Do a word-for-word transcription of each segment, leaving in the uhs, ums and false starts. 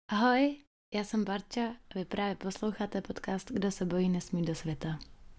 Ahoj, já jsem Barča a vy právě posloucháte podcast Kdo se bojí, nesmí do světa.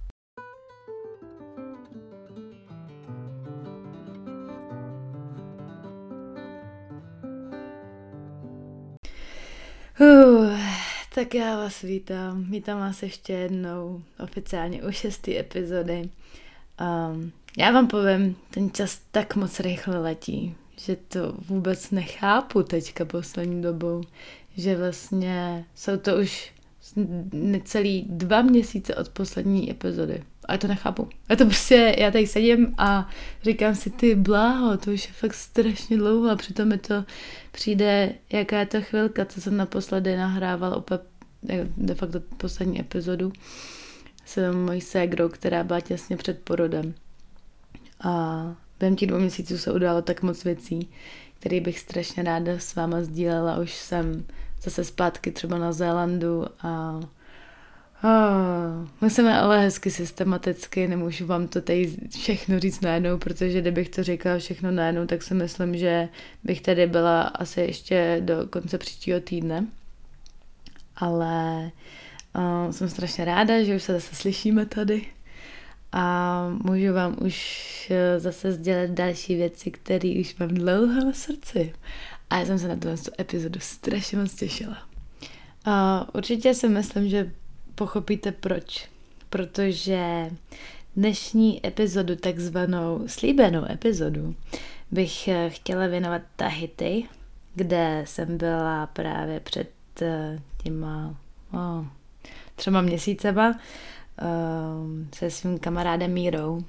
Uh, tak já vás vítám, vítám vás ještě jednou, oficiálně u šesté epizody. Um, já vám povím, ten čas tak moc rychle letí, že to vůbec nechápu teďka poslední dobou, že vlastně jsou to už necelý dva měsíce od poslední epizody. A já to nechápu. A to prostě, já tady sedím a říkám si, ty bláho, to už je fakt strašně dlouho a přitom mi to přijde, jaká je to chvilka, co jsem naposledy nahrával opět, de facto poslední epizodu s mojí ségrou, která byla těsně před porodem. A během těch dvou měsíců se událo tak moc věcí, které bych strašně ráda s váma sdílela. Už jsem zase zpátky třeba na Zélandu a Oh, musíme ale hezky systematicky, nemůžu vám to tady všechno říct najednou, protože kdybych to říkala všechno najednou, tak si myslím, že bych tady byla asi ještě do konce příštího týdne. Ale uh, jsem strašně ráda, že už se zase slyšíme tady a můžu vám už zase sdělit další věci, které už mám dlouho na srdci. A já jsem se na tu epizodu strašně moc těšila. Uh, určitě si myslím, že pochopíte proč. Protože dnešní epizodu, takzvanou slíbenou epizodu, bych chtěla věnovat Tahiti, kde jsem byla právě před těma oh, třema měsícema uh, se svým kamarádem Mírou.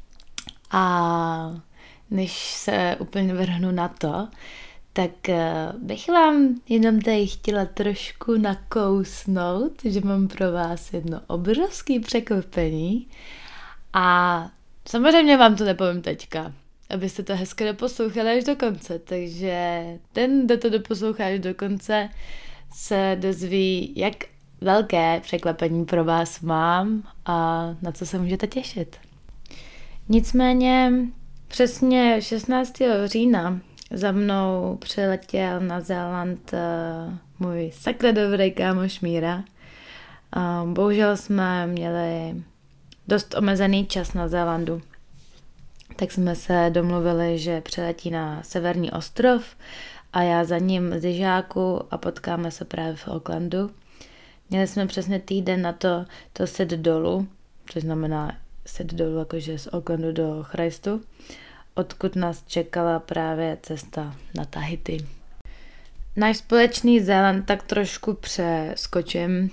A než se úplně vrhnu na to, tak bych vám jenom tady chtěla trošku nakousnout, že mám pro vás jedno obrovské překvapení a samozřejmě vám to nepovím teďka, abyste to hezky doposlouchali až do konce, takže ten, kdo to doposlouchá až do konce, se dozví, jak velké překvapení pro vás mám a na co se můžete těšit. Nicméně přesně šestnáctého října za mnou přiletěl na Zéland uh, můj sakra dobrý kámoš Míra. Uh, bohužel jsme měli dost omezený čas na Zélandu, tak jsme se domluvili, že přiletí na severní ostrov a já za ním z Jižáku a potkáme se právě v Aucklandu. Měli jsme přesně týden na to, to set dolů, což znamená set dolů jakože z Aucklandu do Christu, odkud nás čekala právě cesta na Tahiti. Náš společný Zéland tak trošku přeskočím.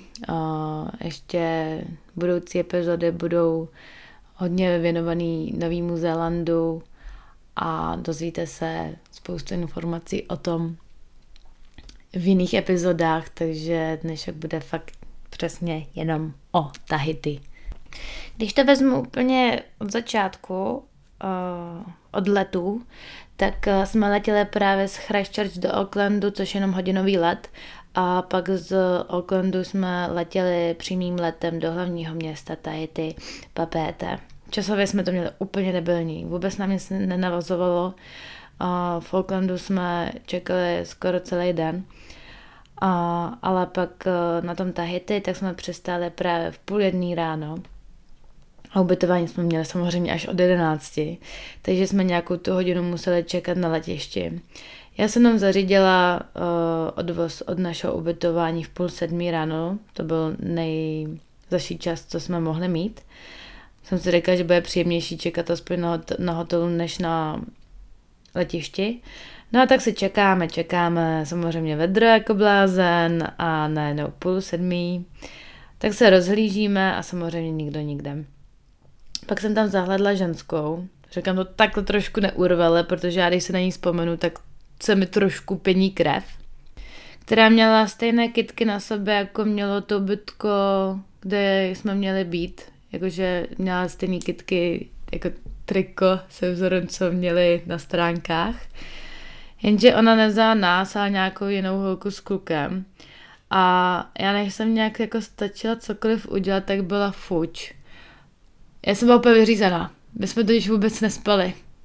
Ještě budoucí epizody budou hodně věnovaný Novému Zélandu a dozvíte se spoustu informací o tom v jiných epizodách, takže dnešek bude fakt přesně jenom o Tahiti. Když to vezmu úplně od začátku, od letu, tak jsme letěli právě z Christchurch do Aucklandu, což je jenom hodinový let, a pak z Aucklandu jsme letěli přímým letem do hlavního města Tahiti, Papeete. Časově jsme to měli úplně debilní, vůbec nám nic nenavazovalo. V Aucklandu jsme čekali skoro celý den, ale pak na tom Tahiti tak jsme přistáli právě v půl jedný ráno. A ubytování jsme měli samozřejmě až od jedenácti, takže jsme nějakou tu hodinu museli čekat na letišti. Já jsem nám zařídila uh, odvoz od našeho ubytování v půl sedmí ráno, to byl nejzaší čas, co jsme mohli mít. Jsem si řekla, že bude příjemnější čekat aspoň na, hot- na hotelu než na letišti. No a tak si čekáme, čekáme, samozřejmě vedro jako blázen a najednou půl sedmí. Tak se rozhlížíme a samozřejmě nikdo nikde. Pak jsem tam zahledla ženskou, říkám to takhle trošku neurvele, protože já když se na ní vzpomenu, tak se mi trošku pění krev, která měla stejné kytky na sobě, jako mělo to bytko, kde jsme měli být, jakože měla stejné kytky jako triko se vzorem, co měli na stránkách, jenže ona nevzala nás, ale nějakou jinou holku s klukem a já než jsem nějak jako stačila cokoliv udělat, tak byla fuč. Já jsem byla úplně vyřízená. My jsme totiž vůbec nespali.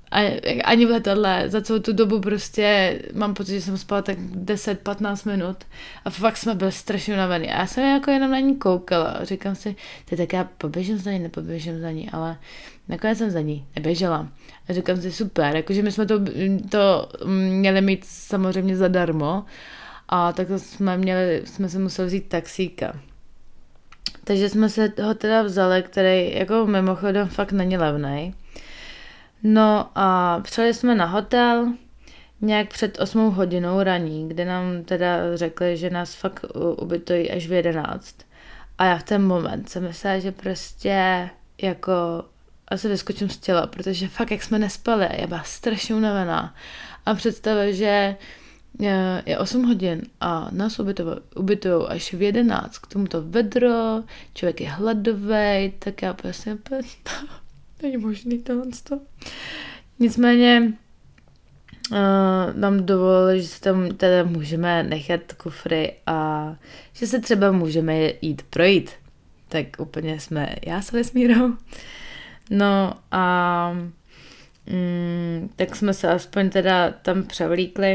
ani v letadle, za celou tu dobu prostě mám pocit, že jsem spala tak deset patnáct minut a fakt jsme byli strašně unavený. A já jsem jako jenom na ní koukala a říkám si, ty tak já poběžím za ní, nepoběžím za ní, ale nakonec jsem za ní neběžela. A říkám si super, jakože my jsme to, to měli mít samozřejmě zadarmo a tak jsme měli, jsme se museli vzít taxíka. Takže jsme se ho teda vzali, který jako mimochodem fakt není levnej. No a přijeli jsme na hotel nějak před osmou hodinou raní, kde nám teda řekli, že nás fakt ubytují až v jedenáct. A já v ten moment jsem myslela, že prostě jako asi vyskočím z těla, protože fakt jak jsme nespali, já byla strašně unavená. A představa, že je osm hodin a nás ubytujou až v jedenáct, k tomuto vedro, člověk je hladovej, tak já prostě to není možný tohle. Nicméně uh, nám dovolili, že se tam teda můžeme nechat kufry a že se třeba můžeme jít projít. Tak úplně jsme jásali s Mírou. No a mm, tak jsme se aspoň teda tam převlíkli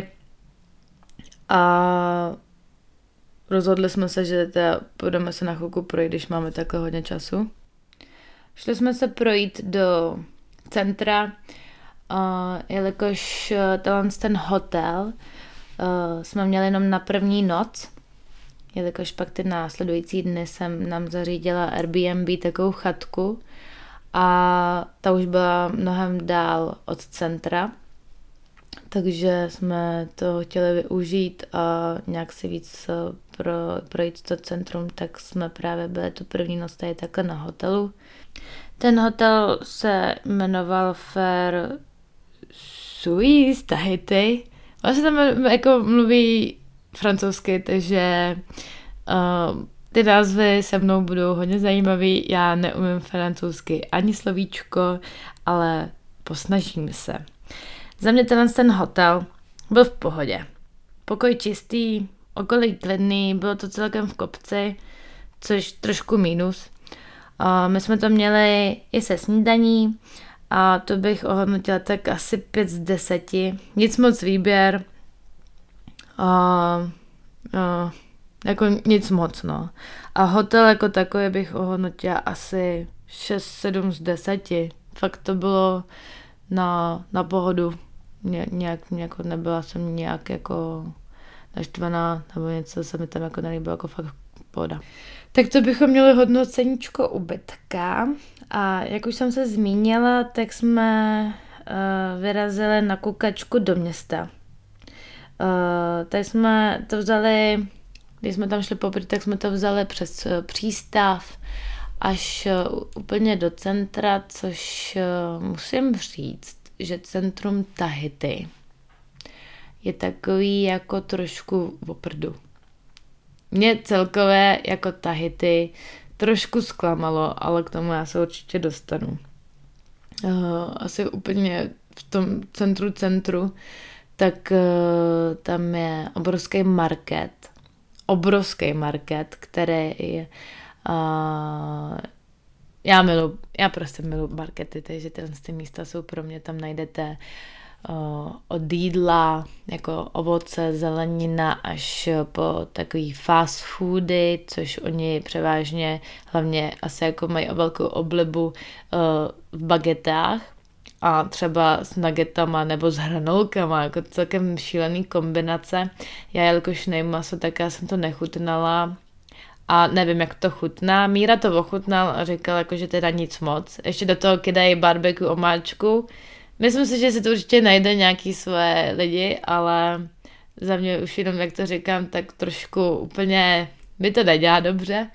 a rozhodli jsme se, že teda půjdeme se na chvilku projít, když máme takhle hodně času. Šli jsme se projít do centra, uh, jelikož uh, ten hotel uh, jsme měli jenom na první noc, jelikož pak ty následující dny jsem nám zařídila Airbnb takovou chatku a ta už byla mnohem dál od centra, takže jsme to chtěli využít a nějak si víc pro, projít to centrum, tak jsme právě byli tu první noc tady takhle na hotelu. Ten hotel se jmenoval Fair Suisse Tahiti. Vlastně tam jako mluví francouzsky, takže uh, ty názvy se mnou budou hodně zajímavý. Já neumím francouzsky ani slovíčko, ale posnažím se. Za mě tenhle ten hotel byl v pohodě. Pokoj čistý, okolí klidný, bylo to celkem v kopci, což trošku mínus. Uh, my jsme to měli i se snídaní a to bych ohodnotila tak asi pět z deseti. Nic moc výběr. Uh, uh, jako nic moc, no. A hotel jako takový bych ohodnotila asi šest sedm z deseti. Fakt to bylo na, na pohodu. Ně, nějak, jako nebyla jsem nějak jako naštvaná nebo něco se mi tam jako nelíbilo, jako fakt pohoda. Tak to bychom měli hodnoceníčko ubytka a jak už jsem se zmínila, tak jsme uh, vyrazili na kukačku do města. Uh, tady jsme to vzali, když jsme tam šli poprvé, tak jsme to vzali přes uh, přístav až uh, úplně do centra, což uh, musím říct, že centrum Tahiti je takový jako trošku oprdu. Mě celkové jako Tahiti trošku zklamalo, ale k tomu já se určitě dostanu. Uh, asi úplně v tom centru centru, tak uh, tam je obrovský market, obrovský market, který je uh, já milu, já prostě milu markety, takže ty místa jsou pro mě, tam najdete uh, od jídla, jako ovoce, zelenina, až po takový fast foody, což oni převážně, hlavně asi jako mají velkou oblibu uh, v bagetách a třeba s nuggetama nebo s hranolkama, jako celkem šílený kombinace. Já jelikož nejím maso, tak já jsem to nechutnala. A nevím, jak to chutná. Míra to ochutnal a říkal, jako, že teda nic moc. Ještě do toho kydají barbecue omáčku. Myslím si, že si to určitě najde nějaký své lidi, ale za mě už jenom, jak to říkám, tak trošku úplně mi to nedělá dobře.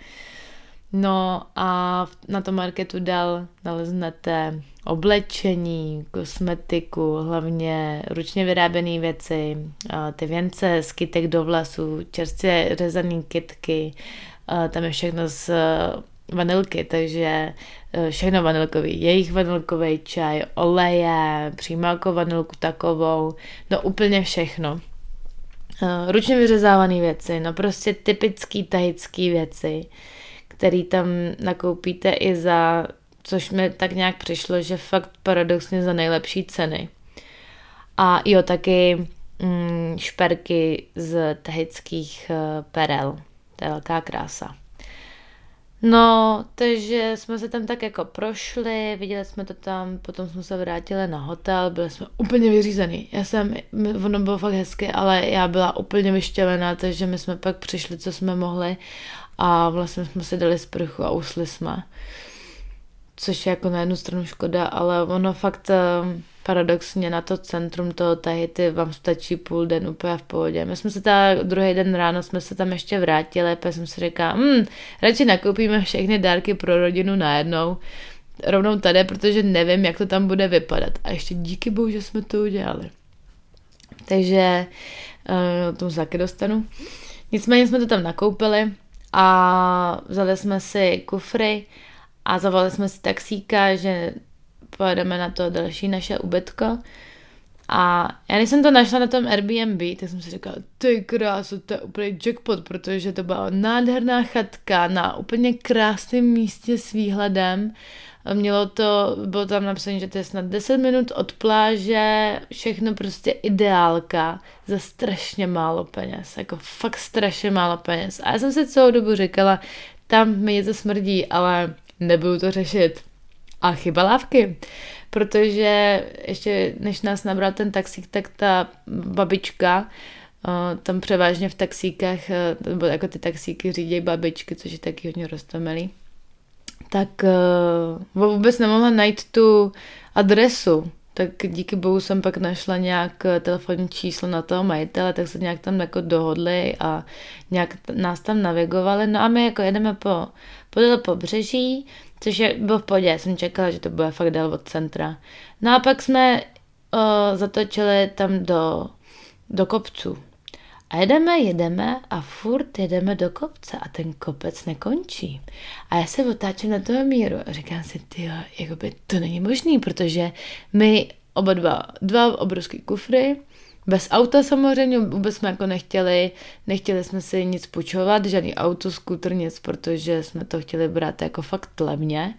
No a na tom marketu dál naleznete oblečení, kosmetiku, hlavně ručně vyráběné věci, ty věnce z kytek do vlasů, čerstvě řezané kytky, tam je všechno z vanilky, takže všechno vanilkový, jejich vanilkový čaj, oleje, přímo jako vanilku takovou, no úplně všechno. Ručně vyřezávané věci, no prostě typický tahitský věci, který tam nakoupíte i za což mi tak nějak přišlo, že fakt paradoxně za nejlepší ceny. A jo, taky mm, šperky z tahitských uh, perel. To je velká krása. No, takže jsme se tam tak jako prošli, viděli jsme to tam, potom jsme se vrátili na hotel, byli jsme úplně vyřízený. Já jsem, ono bylo fakt hezky, ale já byla úplně vyšťavená, takže my jsme pak přišli, co jsme mohli a vlastně jsme si dali sprchu a usli jsme. Což je jako na jednu stranu škoda, ale ono fakt paradoxně na to centrum toho Tahiti vám stačí půl den úplně v pohodě. My jsme se ta druhý den ráno jsme se tam ještě vrátili, pak jsem si říkala, hm, radši nakoupíme všechny dárky pro rodinu najednou, rovnou tady, protože nevím, jak to tam bude vypadat. A ještě díky bohu, že jsme to udělali. Takže uh, tomu se taky dostanu. Nicméně jsme to tam nakoupili a vzali jsme si kufry a zavolali jsme si taxíka, že pojedeme na to další naše ubytko. A já když jsem to našla na tom Airbnb, tak jsem si říkala, ty krásu, to je úplně jackpot, protože to byla nádherná chatka na úplně krásném místě s výhledem. Mělo to, bylo tam napsané, že to je snad deset minut od pláže, všechno prostě ideálka za strašně málo peněz, jako fakt strašně málo peněz. A já jsem si celou dobu říkala, tam mi něco smrdí, ale nebudu to řešit. A chyba lávky, protože ještě než nás nabral ten taxík, tak ta babička, tam převážně v taxíkách, nebo jako ty taxíky řídí babičky, což je taky hodně roztomilý, tak vůbec nemohla najít tu adresu. Tak díky bohu jsem pak našla nějak telefonní číslo na toho majitele, tak se nějak tam jako dohodli a nějak nás tam navigovali. No a my jako jedeme po, podél pobřeží, což je bylo v pohodě, jsem čekala, že to bude fakt dál od centra. No a pak jsme o, zatočili tam do, do kopců. A jedeme, jedeme a furt jedeme do kopce a ten kopec nekončí. A já se otáčím na toho Míru a říkám si, tyjo, jakoby to není možný, protože my oba dva, dva obrovský kufry, bez auta samozřejmě, vůbec jsme jako nechtěli, nechtěli jsme si nic půjčovat, žádný auto, skútr, nic, protože jsme to chtěli brát jako fakt levně.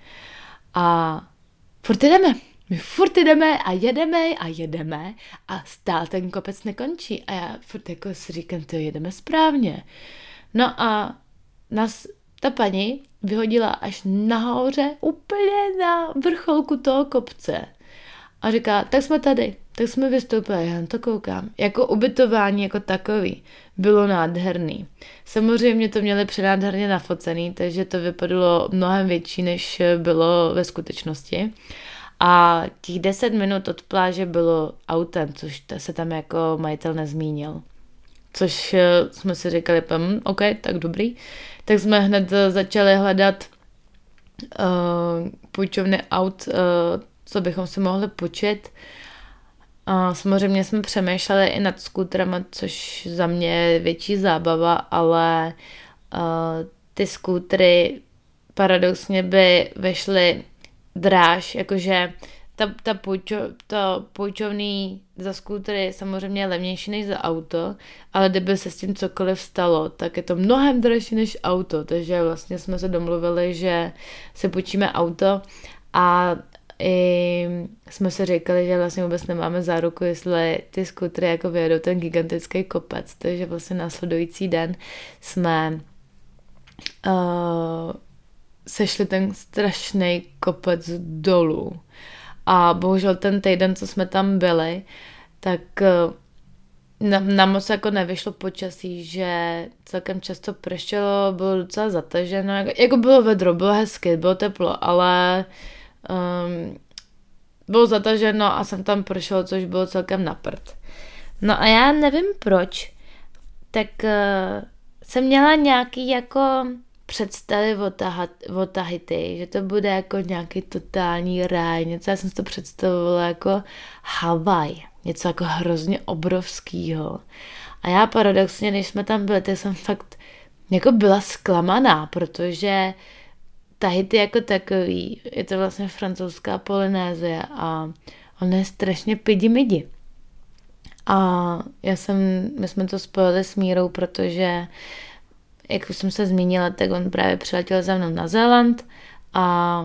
A furt jdeme. My furt jdeme a jedeme a jedeme a stál ten kopec nekončí. A já furt jako si říkám, to jedeme správně. No a nás ta paní vyhodila až nahoře, úplně na vrcholku toho kopce. A říká, tak jsme tady, tak jsme vystoupili, já na to koukám. Jako ubytování jako takový bylo nádherný. Samozřejmě to měli přenádherně nafocený, takže to vypadalo mnohem větší, než bylo ve skutečnosti. A těch deset minut od pláže bylo autem, což se tam jako majitel nezmínil. Což jsme si říkali, hm, OK, tak dobrý. Tak jsme hned začali hledat uh, půjčovny aut, uh, co bychom si mohli půjčit. A samozřejmě jsme přemýšleli i nad skútrama, což za mě je větší zábava, ale uh, ty skútry paradoxně by vešly dráž, jakože ta, ta, půjčo, ta půjčovný za skútry je samozřejmě levnější než za auto, ale kdyby se s tím cokoliv stalo, tak je to mnohem dražší než auto, takže vlastně jsme se domluvili, že si půjčíme auto a i jsme si říkali, že vlastně vůbec nemáme záruku, jestli ty skútry jako vyjedou ten gigantický kopec, takže vlastně následující den jsme uh, sešli ten strašný kopec dolů. A bohužel ten týden, co jsme tam byli, tak nám moc jako nevyšlo počasí, že celkem často pršelo, bylo docela zataženo, jako, jako bylo vedro, bylo hezky, bylo teplo, ale um, bylo zataženo a jsem tam pršelo, což bylo celkem na prd. No a já nevím proč, tak uh, jsem měla nějaký jako představy o, tahat, o Tahiti, že to bude jako nějaký totální ráj, něco, já jsem si to představovala jako Havaj, něco jako hrozně obrovskýho. A já paradoxně, když jsme tam byli, tak jsem fakt jako byla zklamaná, protože Tahiti jako takový, je to vlastně francouzská Polynézie a on je strašně pidi-midi. A já jsem, my jsme to spojili s Mírou, protože jak už jsem se zmínila, tak on právě přiletěl za mnou na Zéland a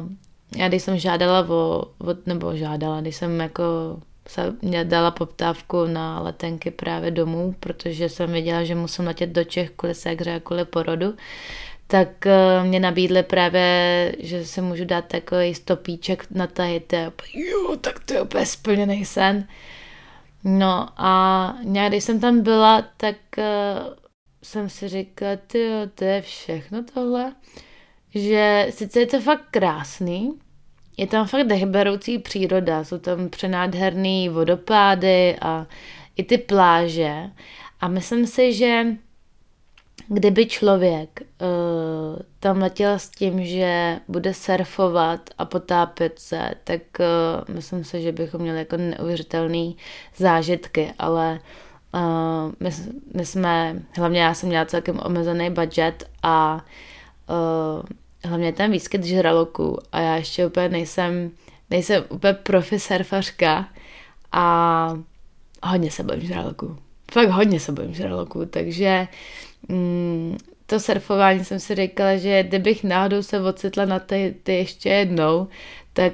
já když jsem žádala o, o nebo žádala, když jsem jako se mě dala poptávku na letenky právě domů, protože jsem věděla, že musím letět do Čech kvůli ségře a kvůli porodu, tak uh, mě nabídli právě, že si můžu dát takový stopíček na Tahiti. Jo, tak to je úplně splněný sen. No a nějak, když jsem tam byla, tak uh, jsem si říkala, tyjo, to je všechno tohle. Že sice je to fakt krásný, je tam fakt dechberoucí příroda, jsou tam přenádherný vodopády a i ty pláže. A myslím si, že kdyby člověk uh, tam letěl s tím, že bude surfovat a potápět se, tak uh, myslím si, že bychom měli jako neuvěřitelné zážitky, ale uh, my, my jsme, hlavně já jsem měla celkem omezený budget a uh, hlavně ten výskyt žraloků a já ještě úplně nejsem, nejsem úplně profi surfařka a hodně se bojím žraloků. Fakt hodně se bojím žraloků, takže mm, to surfování jsem si říkala, že kdybych náhodou se ocitla na ty, ty ještě jednou, tak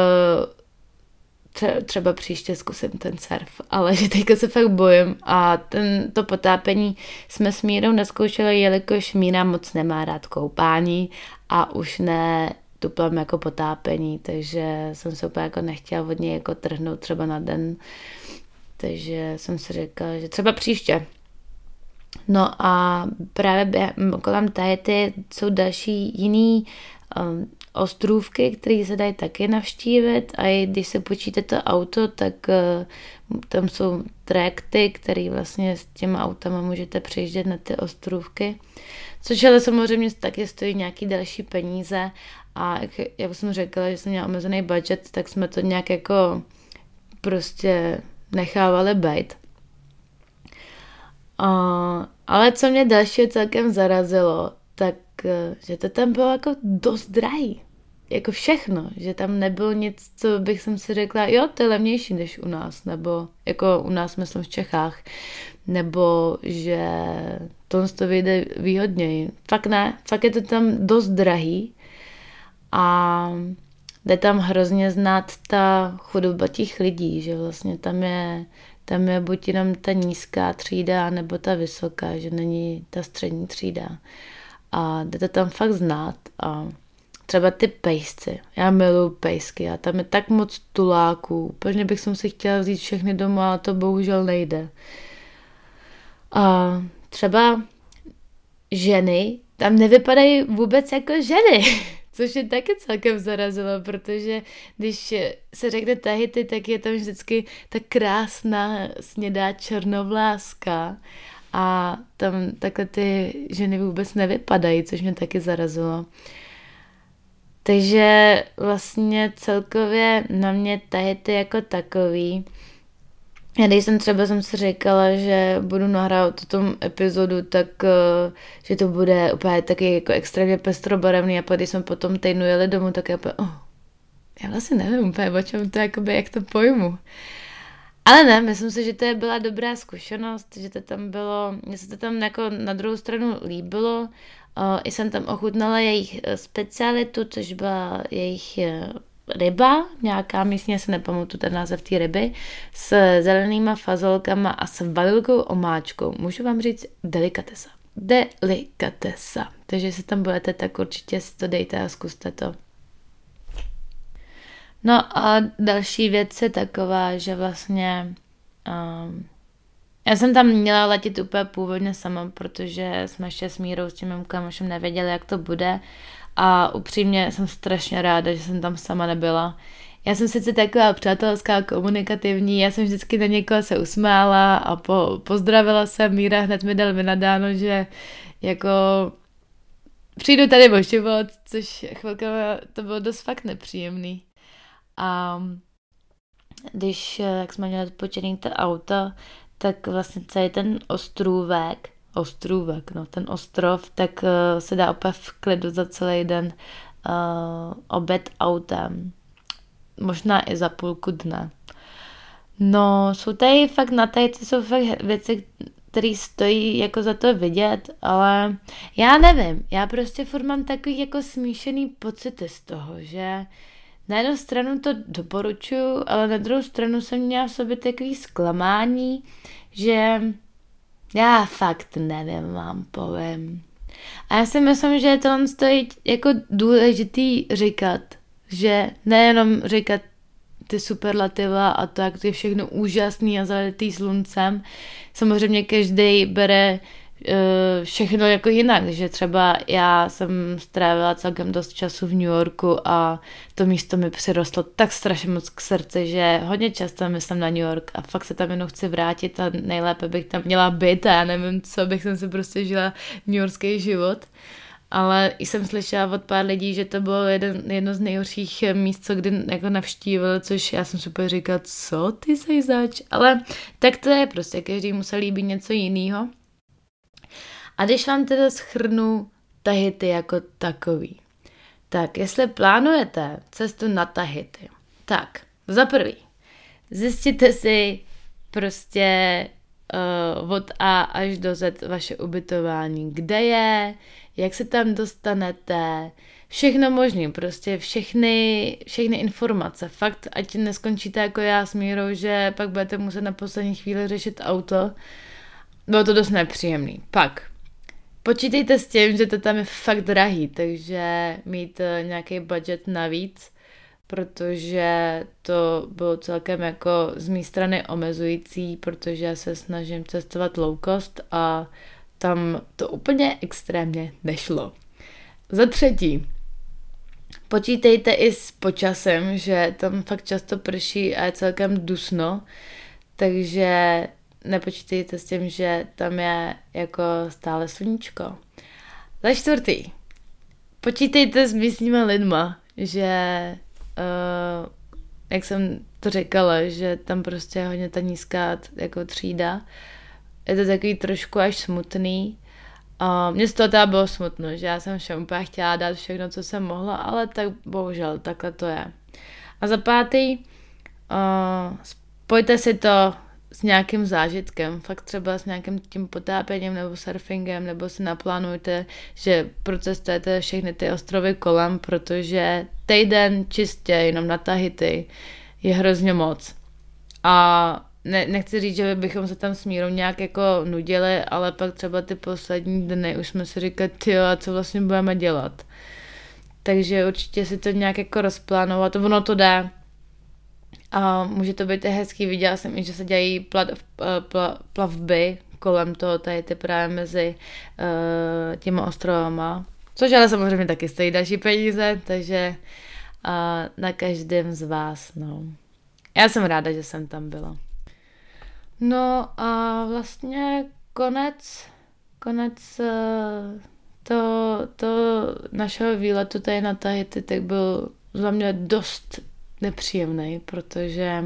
uh, třeba příště zkusím ten surf, ale že teďka se fakt bojím a ten, to potápění jsme s Mírou neskoušeli, jelikož Míra moc nemá rád koupání a už ne tuplem jako potápění, takže jsem se úplně jako nechtěla od něj jako trhnout třeba na den, takže jsem si říkala, že třeba příště. No a právě během, kolem Tahiti jsou další jiný um, ostrůvky, které se dají taky navštívit a i když se počíte to auto, tak uh, tam jsou trajekty, které vlastně s těma autama můžete přejíždět na ty ostrůvky, což ale samozřejmě taky stojí nějaký další peníze a jak, jak jsem řekla, že jsem měla omezený budget, tak jsme to nějak jako prostě nechávali bejt. Uh, ale co mě další celkem zarazilo, tak že to tam bylo jako dost drahý. Jako všechno, že tam nebylo nic, co bych jsem si řekla, jo, to je levnější než u nás, nebo jako u nás myslím v Čechách, nebo že to to vyjde výhodněji. Fakt ne, fakt je to tam dost drahý a jde tam hrozně znát ta chudoba těch lidí, že vlastně tam je Tam je buď jenom ta nízká třída, nebo ta vysoká, že není ta střední třída. A jde to tam fakt znát. A třeba ty pejsci. Já miluji pejsky a tam je tak moc tuláků. Úplně bych si chtěla vzít všechny domů, ale to bohužel nejde. A třeba ženy tam nevypadají vůbec jako ženy. Což je taky celkem zarazilo, protože když se řekne Tahiti, tak je tam vždycky ta krásná snědá černovláska a tam takhle ty ženy vůbec nevypadají, což mě taky zarazilo. Takže vlastně celkově na mě Tahiti jako takový. Já když jsem třeba jsem si říkala, že budu nahrávat tuto epizodu, tak že to bude úplně taky jako extrémně pestrobarevný a pak když jsme potom týdnu jeli domů, tak já úplně, oh, já vlastně nevím úplně, o čem to jakoby, jak to pojmu. Ale ne, myslím si, že to je byla dobrá zkušenost, že to tam bylo, mně se to tam jako na druhou stranu líbilo, i jsem tam ochutnala jejich specialitu, což byla jejich ryba, nějaká místně se nepamatuju ten název té ryby, s zelenýma fazolkama a s vanilkou omáčkou. Můžu vám říct delikatesa. Delikatesa. Takže jestli tam budete, tak určitě si to dejte a zkuste to. No a další věc je taková, že vlastně um, já jsem tam měla letět úplně původně sama, protože jsme ještě s Mírou, s tím mým kamošem nevěděli, jak to bude. A upřímně jsem strašně ráda, že jsem tam sama nebyla. Já jsem sice taková přátelská, komunikativní, já jsem vždycky na někoho se usmála a po, pozdravila jsem, Míra hned mi dal vynadáno, že jako přijdu tady o život, což chvilka to bylo dost fakt nepříjemný. A když, jak jsme měli odpočený to auto, tak vlastně celý ten ostrůvek, ostrůvek, no, ten ostrov, tak uh, se dá opět v klidu za celý den uh, obět autem. Možná i za půlku dne. No, jsou tady fakt na tady, jsou fakt věci, které stojí jako za to vidět, ale já nevím, já prostě furt mám takový jako smíšený pocity z toho, že na jednu stranu to doporučuju, ale na druhou stranu jsem měla v sobě takový zklamání, že já fakt nevím, vám povím. A já si myslím, že to on stojí jako důležitý říkat, že nejenom říkat ty superlativa a to, jak to je všechno úžasný a zalitý sluncem. Samozřejmě každý bere uh, všechno jako jinak, že třeba já jsem strávila celkem dost času v New Yorku a to místo mi přirostlo tak strašně moc k srdci, že hodně často myslím na New York a fakt se tam jenom chci vrátit a nejlépe bych tam měla být a já nevím, co bych jsem si prostě žila newyorský život. Ale jsem slyšela od pár lidí, že to bylo jeden, jedno z nejhorších míst, co kdy jako navštívil, což já jsem super říkala, co ty sej zač? Ale tak to je prostě, každý musel líbit něco jiného. A když vám teda shrnu Tahiti jako takový, tak jestli plánujete cestu na Tahiti, tak za prvý, zjistěte si prostě uh, od A až do Z vaše ubytování, kde je, jak se tam dostanete, všechno možný, prostě všechny, všechny informace. Fakt, ať neskončíte jako já s Mírou, že pak budete muset na poslední chvíli řešit auto. Bylo to dost nepříjemný. Pak, počítejte s tím, že to tam je fakt drahý, takže mít nějaký budget navíc, protože to bylo celkem jako z mé strany omezující, protože já se snažím cestovat low cost a tam to úplně extrémně nešlo. Za třetí, počítejte i s počasem, že tam fakt často prší a je celkem dusno, takže nepočítejte s tím, že tam je jako stále sluníčko. Za čtvrtý, počítejte s místníma lidma, že uh, jak jsem to říkala, že tam prostě je hodně ta nízká jako třída. Je to takový trošku až smutný. A mně z toho teda bylo smutno, že já jsem všem úplně chtěla dát všechno, co jsem mohla, ale tak bohužel, takhle to je. A za pátý, uh, spojte si to s nějakým zážitkem, fakt třeba s nějakým tím potápěním nebo surfingem, nebo si naplánujte, že procestujete všechny ty ostrovy kolem, protože týden čistě jenom na Tahiti je hrozně moc. A ne, nechci říct, že bychom se tam s Mírou nějak jako nudili, ale pak třeba ty poslední dny už jsme si říkali, tyjo, a co vlastně budeme dělat. Takže určitě si to nějak jako rozplánovat, ono to jde. A může to být i hezký, viděla jsem i, že se dělají pla, pla, plavby kolem toho, tady ty právě mezi uh, těma ostrovama, což ale samozřejmě taky stojí další peníze, takže uh, na každém z vás, no. Já jsem ráda, že jsem tam byla. No a vlastně konec, konec uh, to, to našeho výletu tady na Tahiti, tak byl za mě dost nepříjemný, protože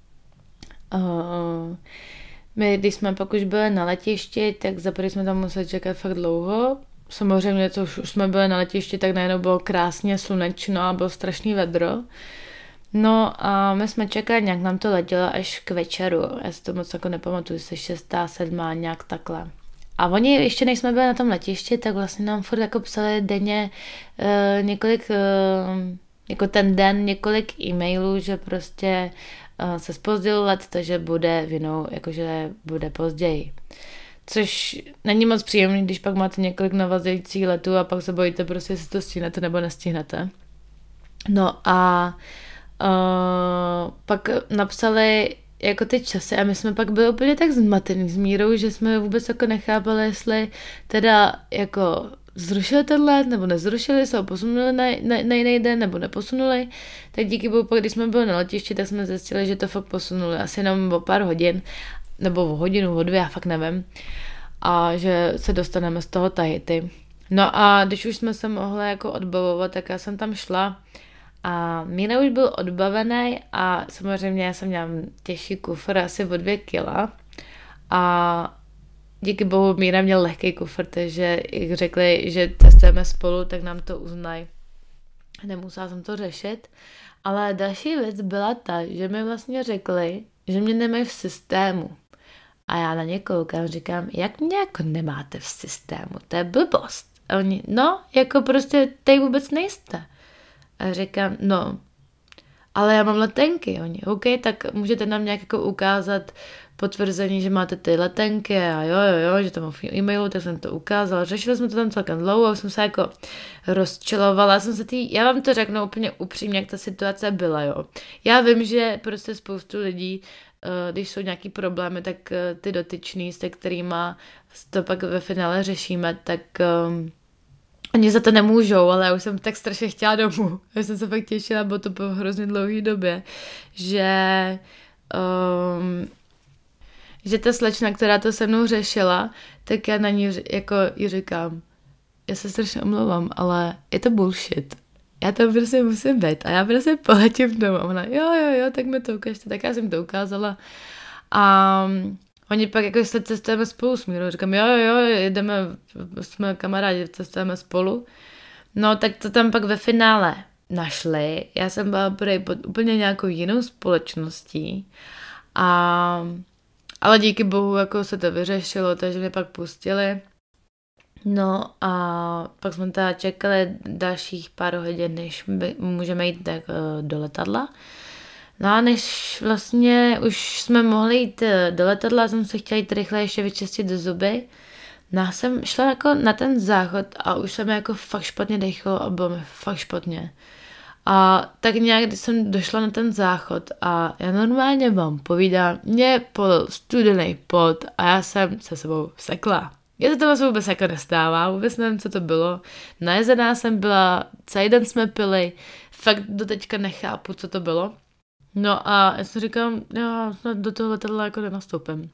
uh, my, když jsme pak už byli na letišti, tak zaprvé jsme tam museli čekat fakt dlouho. Samozřejmě, to už, už jsme byli na letišti, tak najednou bylo krásně slunečno a bylo strašný vedro. No a my jsme čekali, nějak nám to letělo až k večeru. Já si to moc jako nepamatuju, se šestá, sedmá, nějak takhle. A oni, ještě než jsme byli na tom letišti, tak vlastně nám furt jako psali denně uh, několik... Uh, jako ten den několik e-mailů, že prostě uh, se zpozdil let, takže bude vinou, jakože bude později. Což není moc příjemný, když pak máte několik navazujících letů a pak se bojíte prostě, jestli to stihnete nebo nestihnete. No a uh, pak napsali jako ty časy a my jsme pak byli úplně tak zmatený s Mírou, že jsme vůbec jako nechápali, jestli teda jako zrušili ten let, nebo nezrušili, se ho posunuli na, na, na jiný den, nebo neposunuli. Tak díky bohu, pak když jsme byli na letišti, tak jsme zjistili, že to fakt posunuli asi jenom o pár hodin, nebo o hodinu, o dvě, já fakt nevím. A že se dostaneme z toho Tahiti. No a když už jsme se mohli jako odbavovat, tak já jsem tam šla a Míra už byl odbavený a samozřejmě já jsem měla těžší kufr, asi o dvě kila. A díky bohu Míra měl lehký kufr, takže jak řekli, že testujeme spolu, tak nám to uznají. Nemusela jsem to řešit. Ale další věc byla ta, že mi vlastně řekli, že mě nemají v systému. A já na ně koukám, říkám, jak mě jako nemáte v systému, to je blbost. A oni, no, jako prostě tady vůbec nejste. A říkám, no, ale já mám letenky. Oni, OK, tak můžete nám nějak jako ukázat potvrzení, že máte ty letenky a jo, jo, jo, že to mám v e-mailu, tak jsem to ukázala. Řešili jsme to tam celkem dlouho, jsem se jako rozčilovala, jsem se tý, já vám to řeknu úplně upřímně, jak ta situace byla, jo. Já vím, že prostě spoustu lidí, když jsou nějaký problémy, tak ty dotyčný, se kterýma to pak ve finále řešíme, tak um, oni za to nemůžou, ale já už jsem tak strašně chtěla domů. Já jsem se fakt těšila, bylo to po hrozně dlouhé době, že um, že ta slečna, která to se mnou řešila, tak já na ní jako jí říkám, já se strašně omlouvám, ale je to bullshit. Já tam prostě musím být a já prostě poletím domů. A ona, jo, jo, jo, tak mi to ukážte. Tak já jsem to ukázala. A oni pak jako se cestujeme spolu s Mírou. Říkám, jo, jo, jedeme, jsme kamarádi, cestujeme spolu. No, tak to tam pak ve finále našli. Já jsem byla pod úplně nějakou jinou společností. A ale díky bohu jako se to vyřešilo, takže mě pak pustili. No a pak jsme teda čekali dalších pár hodin, než by, můžeme jít tak do letadla. No a než vlastně už jsme mohli jít do letadla, jsem se chtěla jít rychle ještě vyčistit zuby. No a jsem šla jako na ten záchod a už jsem jako fakt špatně dechlo a bylo mi fakt špatně. A tak nějak, když jsem došla na ten záchod a já normálně vám povídám, mě polil studený pot a já jsem se sebou sekla. Já se to vlastně vůbec jako nestává, vůbec nevím, co to bylo. Najezená jsem byla, celý den jsme pili, fakt do teďka nechápu, co to bylo. No a já si říkám, já snad do toho letadla jako nenastoupím.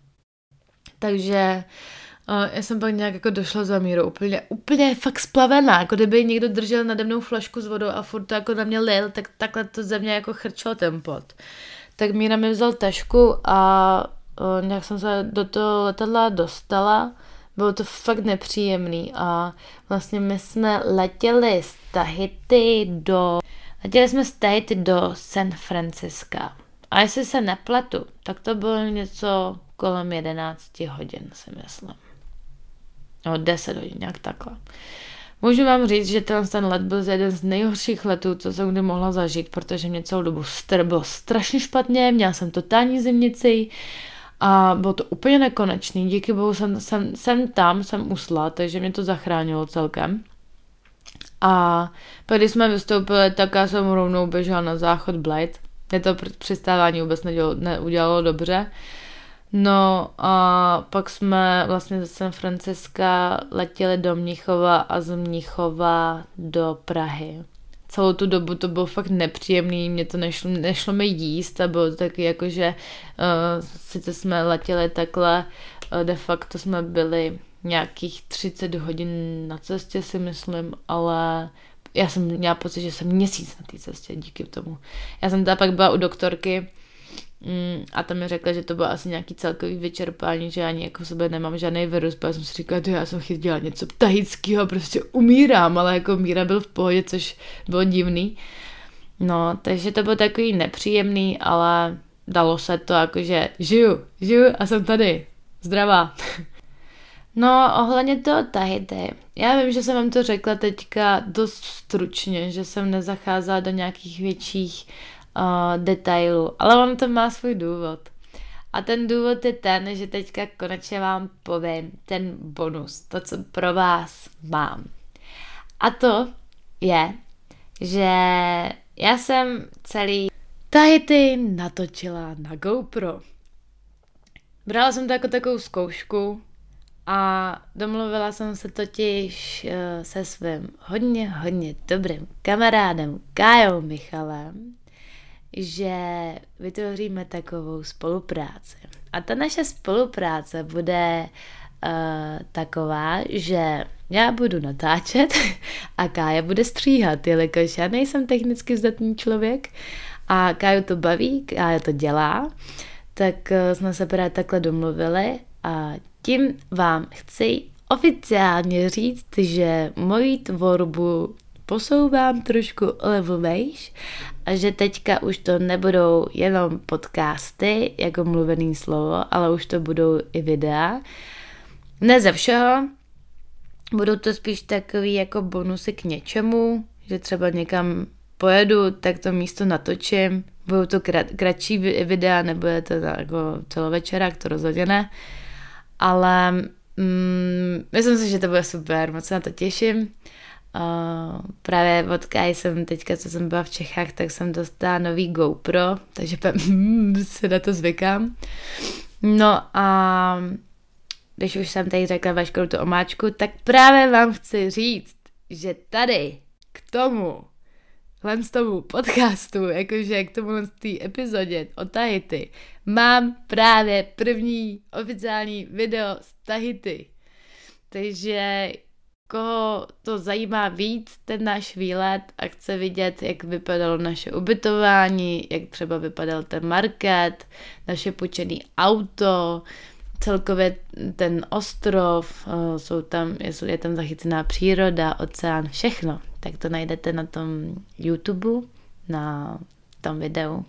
Takže uh, já jsem pak nějak jako došla za Mírou, úplně, úplně fakt splavená, jako kdyby někdo držel nade mnou flašku s vodou a furt to jako na mě lil, tak takhle to ze mě jako chrčel ten pot. Tak Míra mi vzal tašku a uh, nějak jsem se do toho letadla dostala. Bylo to fakt nepříjemný a vlastně my jsme letěli z Tahiti do... Letěli jsme z Tahiti do San Franciska. A jestli se nepletu, tak to bylo něco kolem jedenáct hodin, si myslím. No, deset hodin, nějak takhle. Můžu vám říct, že ten, ten let byl jeden z nejhorších letů, co jsem kdy mohla zažít, protože mě celou dobu str- bylo strašně špatně, měla jsem totální zimnici, a bylo to úplně nekonečný, díky bohu jsem, jsem, jsem tam, jsem usla, takže mě to zachránilo celkem. A pak když jsme vystoupili, tak já jsem rovnou běžela na záchod Blade. Mě to přistávání vůbec nedělo, neudělalo dobře. No a pak jsme vlastně ze San Franciska letěli do Mnichova a z Mnichova do Prahy. Celou tu dobu to bylo fakt nepříjemný, mě to nešlo, nešlo mi jíst a bylo to taky jako, že uh, sice jsme letěli takhle, uh, de facto jsme byli nějakých třicet hodin na cestě, si myslím, ale já jsem měla pocit, že jsem měsíc na té cestě díky tomu. Já jsem teda pak byla u doktorky mm, a tam mi řekla, že to bylo asi nějaký celkový vyčerpání, že ani jako v sobě nemám žádný virus, protože jsem si říkala, že já jsem chytila něco ptahického, prostě umírám, ale jako Míra byl v pohodě, což bylo divný. No, takže to bylo takový nepříjemný, ale dalo se to, jakože žiju, žiju a jsem tady, zdravá. No, ohledně toho Tahiti. Já vím, že jsem vám to řekla teďka dost stručně, že jsem nezacházela do nějakých větších uh, detailů, ale on to má svůj důvod. A ten důvod je ten, že teďka konečně vám povím ten bonus, to, co pro vás mám. A to je, že já jsem celý Tahiti natočila na GoPro. Brala jsem to jako takovou zkoušku, a domluvila jsem se totiž uh, se svým hodně, hodně dobrým kamarádem Kájou Michalem, že vytvoříme takovou spolupráci. A ta naše spolupráce bude uh, taková, že já budu natáčet a Kája bude stříhat, jelikož já nejsem technicky zdatný člověk a Káju to baví, Kája to dělá, tak uh, jsme se právě takhle domluvili a tím vám chci oficiálně říct, že moji tvorbu posouvám trošku level vejš a že teďka už to nebudou jenom podcasty jako mluvený slovo, ale už to budou i videa. Ne ze všeho, budou to spíš takový jako bonusy k něčemu, že třeba někam pojedu, tak to místo natočím. Budou to krat, kratší videa, nebude to jako celovečerák, to rozhodně ne. Ale mm, myslím si, že to bude super, moc se na to těším. Uh, právě od Kai jsem teďka, co jsem byla v Čechách, tak jsem dostala nový GoPro, takže se na to zvykám. No a když už jsem tady řekla veškerou tu omáčku, tak právě vám chci říct, že tady k tomu len z tomu podcastu, jakože k tomu té epizodě o Tahiti, mám právě první oficiální video z Tahiti. Takže koho to zajímá víc, ten náš výlet a chce vidět, jak vypadalo naše ubytování, jak třeba vypadal ten market, naše půjčené auto, celkově ten ostrov, jsou tam, je tam zachycená příroda, oceán, všechno. Tak to najdete na tom YouTube, na tom videu.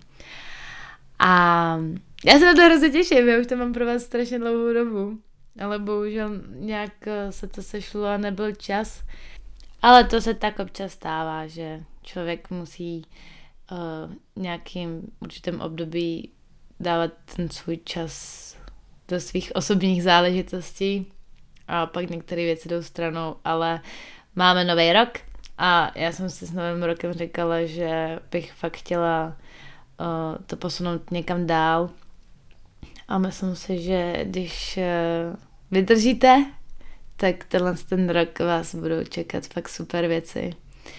A já se na to hrozně těším, já už to mám pro vás strašně dlouhou dobu, ale bohužel nějak se to sešlo a nebyl čas. Ale to se tak občas stává, že člověk musí uh, nějakým určitém období dávat ten svůj čas do svých osobních záležitostí a pak některé věci jdou stranou, ale máme nový rok a já jsem si s novým rokem říkala, že bych fakt chtěla uh, to posunout někam dál a myslím si, že když uh, vydržíte, tak tenhle ten rok vás budou čekat fakt super věci.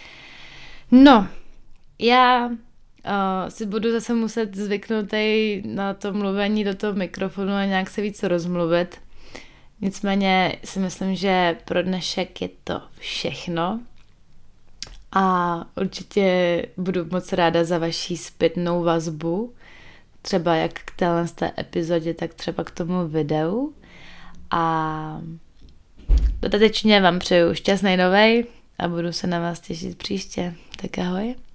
No, já Uh, si budu zase muset zvyknout tady na to mluvení do toho mikrofonu a nějak se víc rozmluvit. Nicméně si myslím, že pro dnešek je to všechno. A určitě budu moc ráda za vaši zpětnou vazbu. Třeba jak k téhle z té epizodě, tak třeba k tomu videu. A dodatečně vám přeju šťastný novej a budu se na vás těšit příště. Tak ahoj.